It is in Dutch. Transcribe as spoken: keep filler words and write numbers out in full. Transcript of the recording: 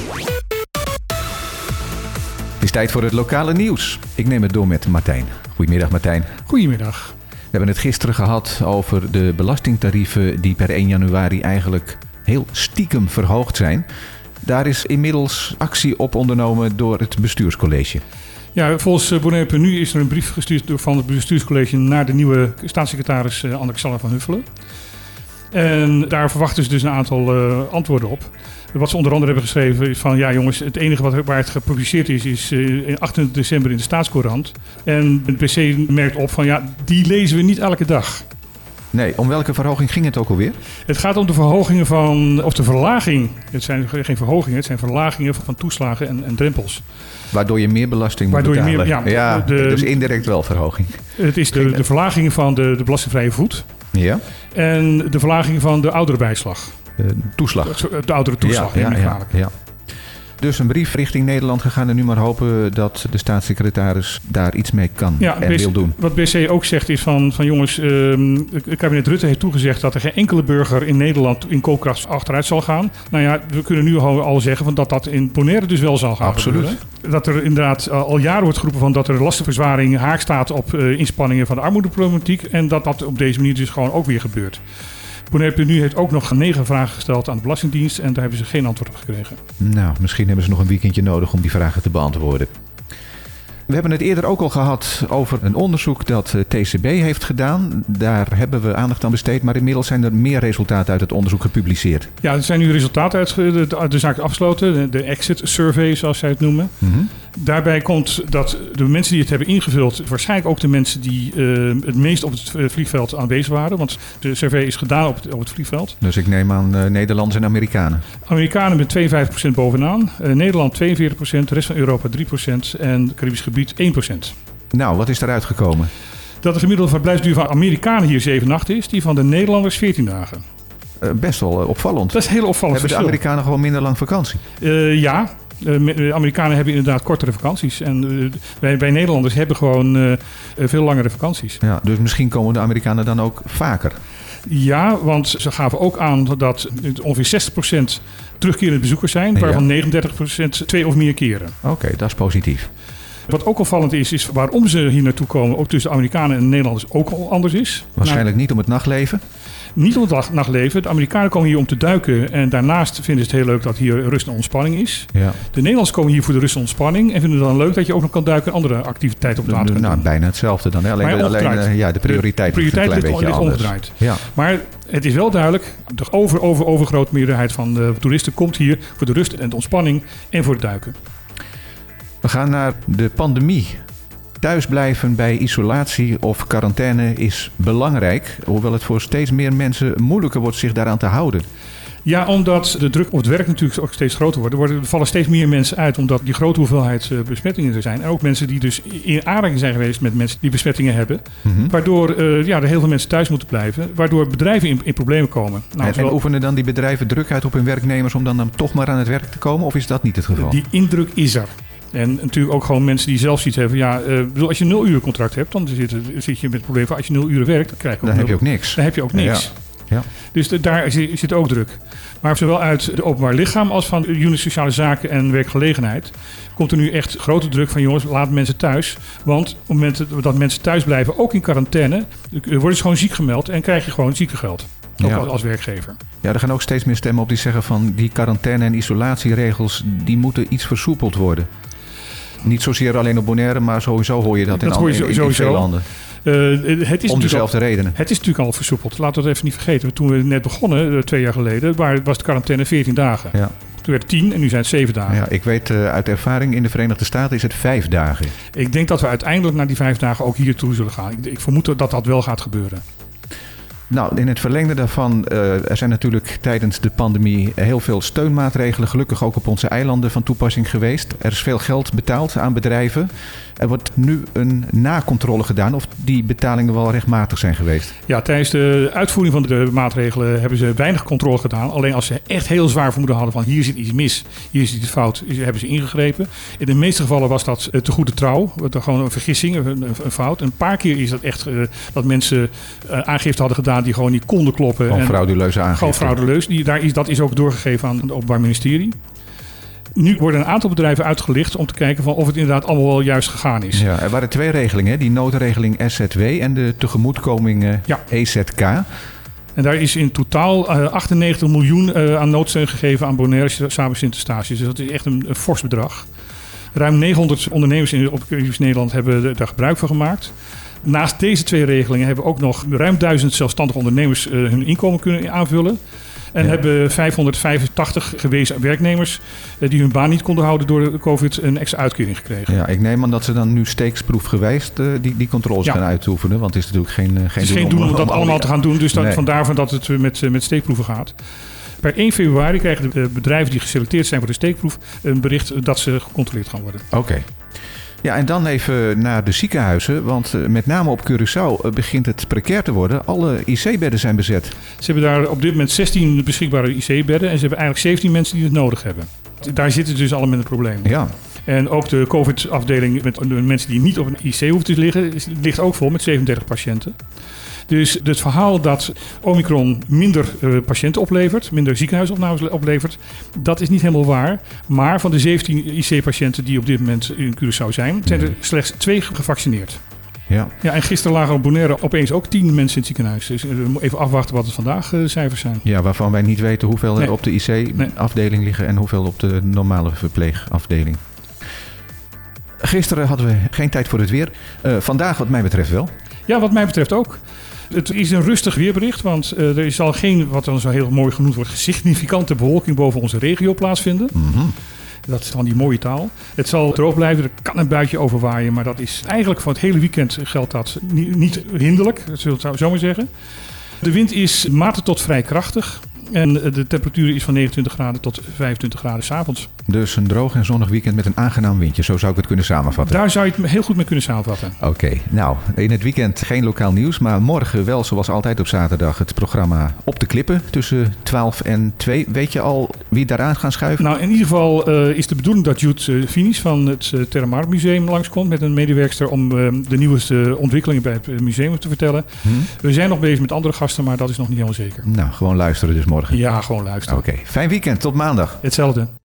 Het is tijd voor het lokale nieuws. Ik neem het door met Martijn. Goedemiddag Martijn. Goedemiddag. We hebben het gisteren gehad over de belastingtarieven die per één januari eigenlijk heel stiekem verhoogd zijn. Daar is inmiddels actie op ondernomen door het bestuurscollege. Ja, volgens Bonaire punt n u is er een brief gestuurd van het bestuurscollege naar de nieuwe staatssecretaris Anne-Xella van Huffelen. En daar verwachten ze dus een aantal uh, antwoorden op. Wat ze onder andere hebben geschreven is van... ja jongens, het enige wat, waar het gepubliceerd is... is uh, achtendertig december in de Staatscourant. En het B C merkt op van... ja, die lezen we niet elke dag. Nee, om welke verhoging ging het ook alweer? Het gaat om de verhogingen van... of de verlaging. Het zijn geen verhogingen, het zijn verlagingen van toeslagen en, en drempels. Waardoor je meer belasting moet Waardoor betalen. Je meer, ja, ja, de, dus indirect wel verhoging. Het is de, de verlaging van de, de belastingvrije voet. Ja. En de verlaging van de ouderenbijslag. De toeslag. De oudere toeslag, ja, ja, ja, ja. Dus een brief richting Nederland gegaan en nu maar hopen dat de staatssecretaris daar iets mee kan ja, en B C, wil doen. Wat B C ook zegt is van, van jongens, um, het kabinet Rutte heeft toegezegd dat er geen enkele burger in Nederland in koopkracht achteruit zal gaan. Nou ja, we kunnen nu al, al zeggen van dat dat in Bonaire dus wel zal gaan Absoluut. gebeuren. Dat er inderdaad al jaren wordt geroepen van dat er lastenverzwaring haak staat op uh, inspanningen van de armoedeproblematiek en dat dat op deze manier dus gewoon ook weer gebeurt. Bonaire punt n u heeft ook nog negen vragen gesteld aan de Belastingdienst en daar hebben ze geen antwoord op gekregen. Nou, misschien hebben ze nog een weekendje nodig om die vragen te beantwoorden. We hebben het eerder ook al gehad over een onderzoek dat T C B heeft gedaan. Daar hebben we aandacht aan besteed, maar inmiddels zijn er meer resultaten uit het onderzoek gepubliceerd. Ja, er zijn nu resultaten uit de, de zaak afgesloten, de, de exit survey zoals zij het noemen. Mm-hmm. Daarbij komt dat de mensen die het hebben ingevuld, waarschijnlijk ook de mensen die uh, het meest op het vliegveld aanwezig waren. Want de survey is gedaan op het, op het vliegveld. Dus ik neem aan uh, Nederlanders en Amerikanen. Amerikanen met tweeënvijftig procent bovenaan. Uh, Nederland tweeënveertig procent, de rest van Europa drie procent en het Caribisch gebied één procent. Nou, wat is eruit gekomen? Dat de gemiddelde verblijfsduur van Amerikanen hier zeven nachten is, die van de Nederlanders veertien dagen. Uh, best wel uh, opvallend. Dat is heel opvallend. Hebben de Amerikanen gewoon minder lang vakantie? Uh, ja. De Amerikanen hebben inderdaad kortere vakanties. En uh, wij, wij Nederlanders hebben gewoon uh, veel langere vakanties. Ja, dus misschien komen de Amerikanen dan ook vaker. Ja, want ze gaven ook aan dat ongeveer zestig procent terugkerende bezoekers zijn. Waarvan ja. negenendertig procent twee of meer keren. Oké, okay, dat is positief. Wat ook opvallend is, is waarom ze hier naartoe komen. Ook tussen de Amerikanen en de Nederlanders ook al anders is. Waarschijnlijk nou, niet om het nachtleven. Niet om het nachtleven. De Amerikanen komen hier om te duiken. En daarnaast vinden ze het heel leuk dat hier rust en ontspanning is. Ja. De Nederlanders komen hier voor de rust en ontspanning. En vinden het dan leuk dat je ook nog kan duiken en andere activiteiten op het water. Nou, bijna hetzelfde dan. Hè? Alleen, alleen uh, ja, de prioriteit, de prioriteit is een klein beetje anders. Omgedraaid. Ja. Maar het is wel duidelijk. De over, over, overgrote meerderheid van de toeristen komt hier voor de rust en de ontspanning en voor het duiken. We gaan naar de pandemie. Thuisblijven bij isolatie of quarantaine is belangrijk, hoewel het voor steeds meer mensen moeilijker wordt zich daaraan te houden. Ja, omdat de druk op het werk natuurlijk ook steeds groter wordt. Er, worden, er vallen steeds meer mensen uit omdat die grote hoeveelheid besmettingen er zijn. En ook mensen die dus in aanraking zijn geweest met mensen die besmettingen hebben. Mm-hmm. Waardoor uh, ja, er heel veel mensen thuis moeten blijven. Waardoor bedrijven in, in problemen komen. Nou, en, en oefenen dan die bedrijven druk uit op hun werknemers om dan, dan toch maar aan het werk te komen? Of is dat niet het geval? Die indruk is er. En natuurlijk ook gewoon mensen die zelf zoiets hebben. Ja, uh, als je een nul uur contract hebt, dan zit, zit je met het probleem van als je nul uren werkt, dan krijg je ook Dan nul, heb je ook niks. Dan heb je ook niks. Ja. Ja. Dus de, daar zit, zit ook druk. Maar zowel uit de openbaar lichaam als van de Unie Sociale Zaken en Werkgelegenheid komt er nu echt grote druk van jongens, laat mensen thuis. Want op het moment dat mensen thuis blijven, ook in quarantaine, worden ze gewoon ziek gemeld en krijg je gewoon ziekengeld. Ook ja. als werkgever. Ja, er gaan ook steeds meer stemmen op die zeggen van die quarantaine- en isolatieregels, die moeten iets versoepeld worden. Niet zozeer alleen op Bonaire, maar sowieso hoor je dat, dat in, al, in, in, in veel landen. Uh, het is Om dezelfde al, redenen. Het is natuurlijk al versoepeld. Laten we het even niet vergeten. Toen we net begonnen, twee jaar geleden, waar, was de quarantaine veertien dagen. Ja. Toen werd het tien en nu zijn het zeven dagen. Ja, ik weet uh, uit ervaring, in de Verenigde Staten is het vijf dagen. Ik denk dat we uiteindelijk naar die vijf dagen ook hier toe zullen gaan. Ik, ik vermoed dat dat wel gaat gebeuren. Nou, in het verlengde daarvan, uh, er zijn natuurlijk tijdens de pandemie heel veel steunmaatregelen, gelukkig ook op onze eilanden, van toepassing geweest. Er is veel geld betaald aan bedrijven. Er wordt nu een nakontrole gedaan of die betalingen wel rechtmatig zijn geweest. Ja, tijdens de uitvoering van de maatregelen hebben ze weinig controle gedaan. Alleen als ze echt heel zwaar vermoeden hadden van hier zit iets mis, hier zit iets fout, hebben ze ingegrepen. In de meeste gevallen was dat te goede trouw. Gewoon een vergissing, een, een fout. Een paar keer is dat echt uh, dat mensen uh, aangifte hadden gedaan die gewoon niet konden kloppen. Gewoon frauduleuze aangifte. Gewoon fraudeleus. Die, daar is, dat is ook doorgegeven aan het Openbaar Ministerie. Nu worden een aantal bedrijven uitgelicht om te kijken van of het inderdaad allemaal wel juist gegaan is. Ja, er waren twee regelingen, hè? Die noodregeling S Z W en de tegemoetkoming uh, ja. E Z K. En daar is in totaal uh, achtennegentig miljoen uh, aan noodsteun gegeven aan Bonaire Samen Sint-Eustatius. Dus dat is echt een, een fors bedrag. Ruim negenhonderd ondernemers in op Nederland hebben daar gebruik van gemaakt. Naast deze twee regelingen hebben ook nog ruim duizend zelfstandige ondernemers uh, hun inkomen kunnen aanvullen. En ja. hebben vijfhonderdvijfentachtig gewezen werknemers uh, die hun baan niet konden houden door de COVID een extra uitkering gekregen. Ja, ik neem aan dat ze dan nu steeksproefgewijs uh, die, die controles ja. gaan uitoefenen. Want het is natuurlijk geen, uh, geen het is doen geen doen om, om dat om, allemaal om, te gaan doen. Dus dat, nee. vandaar van dat het met, met steekproeven gaat. Per één februari krijgen de bedrijven die geselecteerd zijn voor de steekproef een bericht dat ze gecontroleerd gaan worden. Oké. Okay. Ja, en dan even naar de ziekenhuizen, want met name op Curaçao begint het precair te worden. Alle I C-bedden zijn bezet. Ze hebben daar op dit moment zestien beschikbare I C-bedden en ze hebben eigenlijk zeventien mensen die het nodig hebben. Daar zitten dus allemaal met een probleem. Ja. En ook de COVID-afdeling met de mensen die niet op een I C hoeven te liggen, ligt ook vol met zevenendertig patiënten. Dus het verhaal dat Omicron minder uh, patiënten oplevert, minder ziekenhuisopnames oplevert, dat is niet helemaal waar. Maar van de zeventien I C-patiënten die op dit moment in Curaçao zijn, zijn er slechts twee gevaccineerd. Ja. Ja, en gisteren lagen op Bonaire opeens ook tien mensen in het ziekenhuis. Dus we moeten even afwachten wat het vandaag uh, cijfers zijn. Ja, waarvan wij niet weten hoeveel er nee. op de I C-afdeling nee. liggen en hoeveel op de normale verpleegafdeling. Gisteren hadden we geen tijd voor het weer. Uh, vandaag wat mij betreft wel. Ja, wat mij betreft ook. Het is een rustig weerbericht, want uh, er zal geen, wat dan zo heel mooi genoemd wordt, significante bewolking boven onze regio plaatsvinden. Mm-hmm. Dat is van die mooie taal. Het zal droog blijven, er kan een buitje overwaaien, maar dat is eigenlijk voor het hele weekend geldt dat niet, niet hinderlijk, dat zou ik zo maar zeggen. De wind is matig tot vrij krachtig. En de temperatuur is van negenentwintig graden tot vijfentwintig graden 's avonds. Dus een droog en zonnig weekend met een aangenaam windje. Zo zou ik het kunnen samenvatten. Daar zou je het heel goed mee kunnen samenvatten. Oké, okay. Nou, in het weekend geen lokaal nieuws. Maar morgen wel, zoals altijd op zaterdag, het programma Op de Klippen tussen twaalf en twee. Weet je al wie daaraan gaan schuiven? Nou, in ieder geval uh, is de bedoeling dat Jude uh, Finis van het uh, Terremark Museum langskomt met een medewerkster om uh, de nieuwste ontwikkelingen bij het museum te vertellen. Hmm. We zijn nog bezig met andere gasten, maar dat is nog niet helemaal zeker. Nou, gewoon luisteren dus morgen. Ja, gewoon luisteren. Oké, okay. Fijn weekend. Tot maandag. Hetzelfde.